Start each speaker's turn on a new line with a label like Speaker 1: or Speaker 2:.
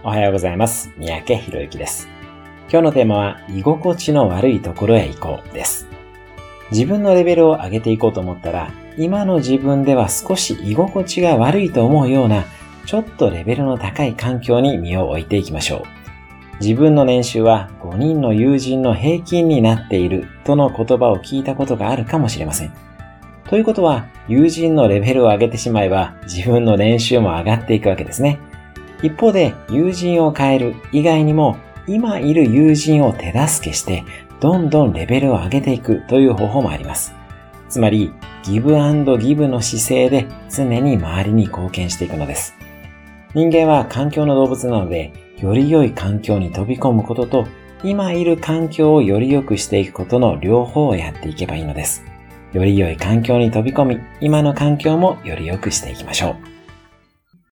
Speaker 1: おはようございます。三宅博之です。今日のテーマは、居心地の悪いところへ行こうです。自分のレベルを上げていこうと思ったら、今の自分では少し居心地が悪いと思うような、ちょっとレベルの高い環境に身を置いていきましょう。自分の年収は5人の友人の平均になっているとの言葉を聞いたことがあるかもしれません。ということは、友人のレベルを上げてしまえば、自分の年収も上がっていくわけですね。一方で、友人を変える以外にも、今いる友人を手助けして、どんどんレベルを上げていくという方法もあります。つまり、ギブアンドギブの姿勢で常に周りに貢献していくのです。人間は環境の動物なので、より良い環境に飛び込むことと、今いる環境をより良くしていくことの両方をやっていけばいいのです。より良い環境に飛び込み、今の環境もより良くしていきましょう。